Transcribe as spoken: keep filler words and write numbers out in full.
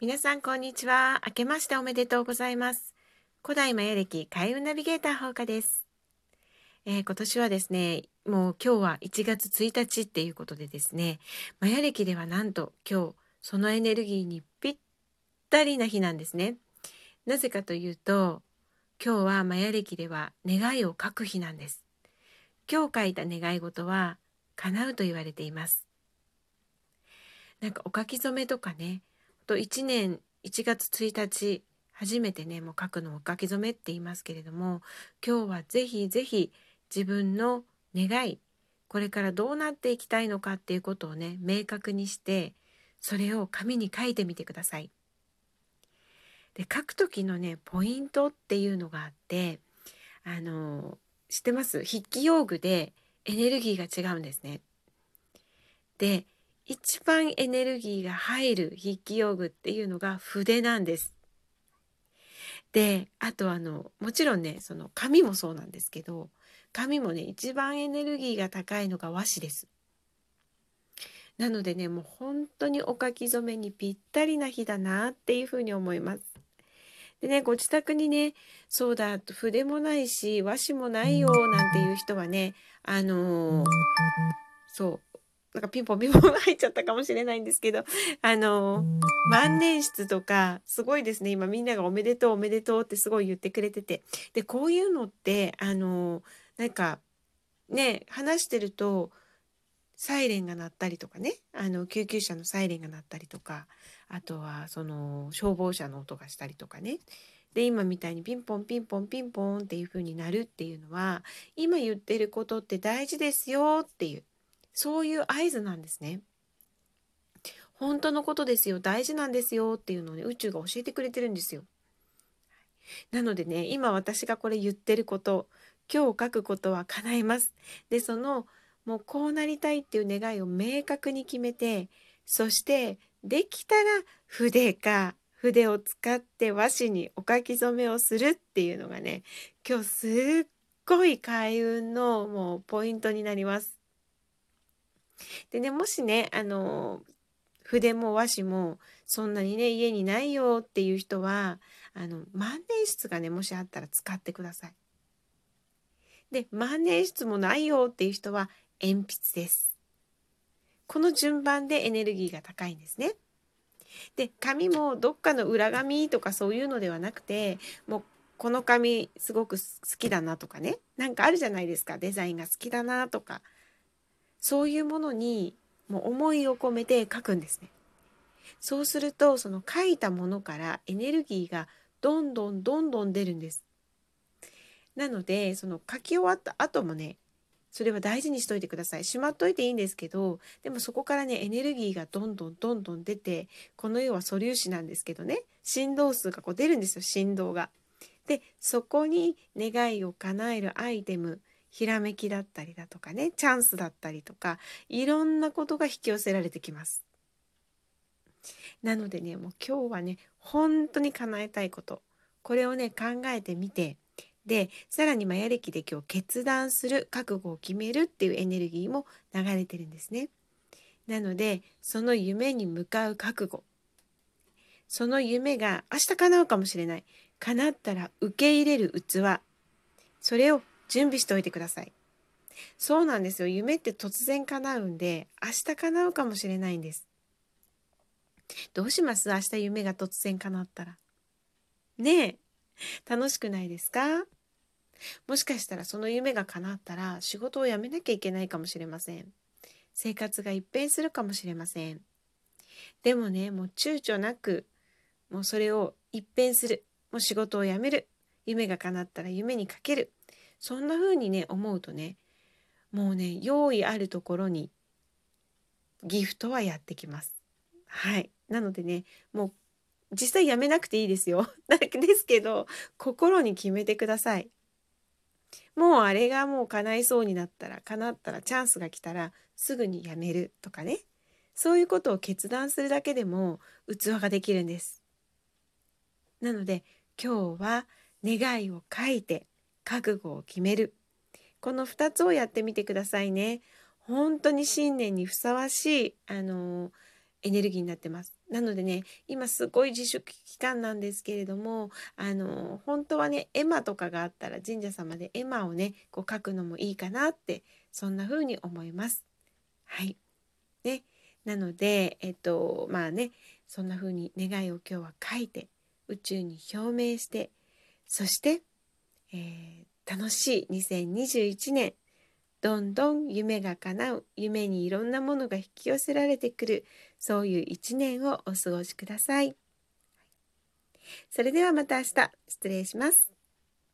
皆さんこんにちは。明けましておめでとうございます。古代マヤ暦開運ナビゲーターほうかです、えー今年はですね、もう今日はいちがつついたちっていうことでですね、マヤ暦ではなんと今日そのエネルギーにぴったりな日なんですね。なぜかというと、今日はマヤ暦では願いを書く日なんです。今日書いた願い事は叶うと言われています。なんかお書き初めとかね、といちねんいちがつついたち、初めてね、もう書くのをお書き初めって言いますけれども、今日はぜひぜひ自分の願い、これからどうなっていきたいのかっていうことをね、明確にして、それを紙に書いてみてください。で、書く時のね、ポイントっていうのがあって、あの、知ってます？筆記用具でエネルギーが違うんですね。で、一番エネルギーが入る筆記用具っていうのが筆なんです。で、あとあの、もちろんね、その紙もそうなんですけど、紙もね、一番エネルギーが高いのが和紙です。なのでね、もう本当にお書き初めにぴったりな日だなっていうふうに思います。でね、ご自宅にね、そうだ、筆もないし、和紙もないよなんていう人はね、あのーそう、なんかピンポンピンポン入っちゃったかもしれないんですけど、あの、万年筆とか、すごいですね、今みんながおめでとうおめでとうってすごい言ってくれてて。で、こういうのって、あの、なんか、ね、話してると、サイレンが鳴ったりとかね、あの、救急車のサイレンが鳴ったりとか、あとは、その、消防車の音がしたりとかね。で、今みたいにピンポンピンポンピンポンっていう風になるっていうのは、今言ってることって大事ですよっていう、そういう合図なんですね。本当のことですよ、大事なんですよっていうのをね、宇宙が教えてくれてるんですよ。なのでね、今私がこれ言ってること、今日書くことは叶います。で、その、もうこうなりたいっていう願いを明確に決めて、そしてできたら筆か、筆を使って和紙にお書き初めをするっていうのがね、今日すっごい開運のもうポイントになります。でね、もしね、あの、筆も和紙もそんなにね、家にないよっていう人は、あの、万年筆がね、もしあったら使ってください。で、万年筆もないよっていう人は鉛筆です。この順番でエネルギーが高いんですね。で、紙もどっかの裏紙とかそういうのではなくて、もうこの紙すごく好きだなとかね、なんかあるじゃないですか、デザインが好きだなとか、そういうものにもう思いを込めて書くんですね。そうすると、その書いたものからエネルギーがどんどんどんどん出るんです。なので、その書き終わった後もね、それは大事にしといてください。しまっといていいんですけど、でもそこからね、エネルギーがどんどんどんどん出て、この世は素粒子なんですけどね、振動数がこう出るんですよ、振動が。で、そこに願いを叶えるアイテム、ひらめきだったりだとかね、チャンスだったりとか、いろんなことが引き寄せられてきます。なのでね、もう今日はね、本当に叶えたいこと、これをね、考えてみて、で、さらにマヤ暦で今日決断する、覚悟を決めるっていうエネルギーも流れてるんですね。なので、その夢に向かう覚悟、その夢が明日叶うかもしれない。叶ったら受け入れる器、それを準備しておいてください。そうなんですよ。夢って突然叶うんで、明日叶うかもしれないんです。どうします？明日夢が突然叶ったら。ねえ。楽しくないですか？もしかしたらその夢が叶ったら仕事を辞めなきゃいけないかもしれません。生活が一変するかもしれません。でもね、もう躊躇なく、もうそれを一変する。もう仕事を辞める。夢が叶ったら夢にかける。そんな風にね、思うとね、もうね、用意あるところにギフトはやってきます。はい。なのでね、もう実際辞めなくていいですよ。だけですけど、心に決めてください。もうあれがもう叶いそうになったら、叶ったら、チャンスが来たらすぐにやめるとかね。そういうことを決断するだけでも器ができるんです。なので今日は願いを書いて覚悟を決める。このふたつをやってみてくださいね。本当に新年にふさわしい、あのエネルギーになってます。なのでね、今すごい自粛期間なんですけれども、あの本当はね、絵馬とかがあったら神社様で絵馬をね、こう書くのもいいかなって、そんな風に思います。はい。ね。なので、えっと、まあね、そんな風に願いを今日は書いて、宇宙に表明して、そして、えー楽しいにせんにじゅういちねん、どんどん夢が叶う、夢にいろんなものが引き寄せられてくる、そういう一年をお過ごしください。それではまた明日、失礼します。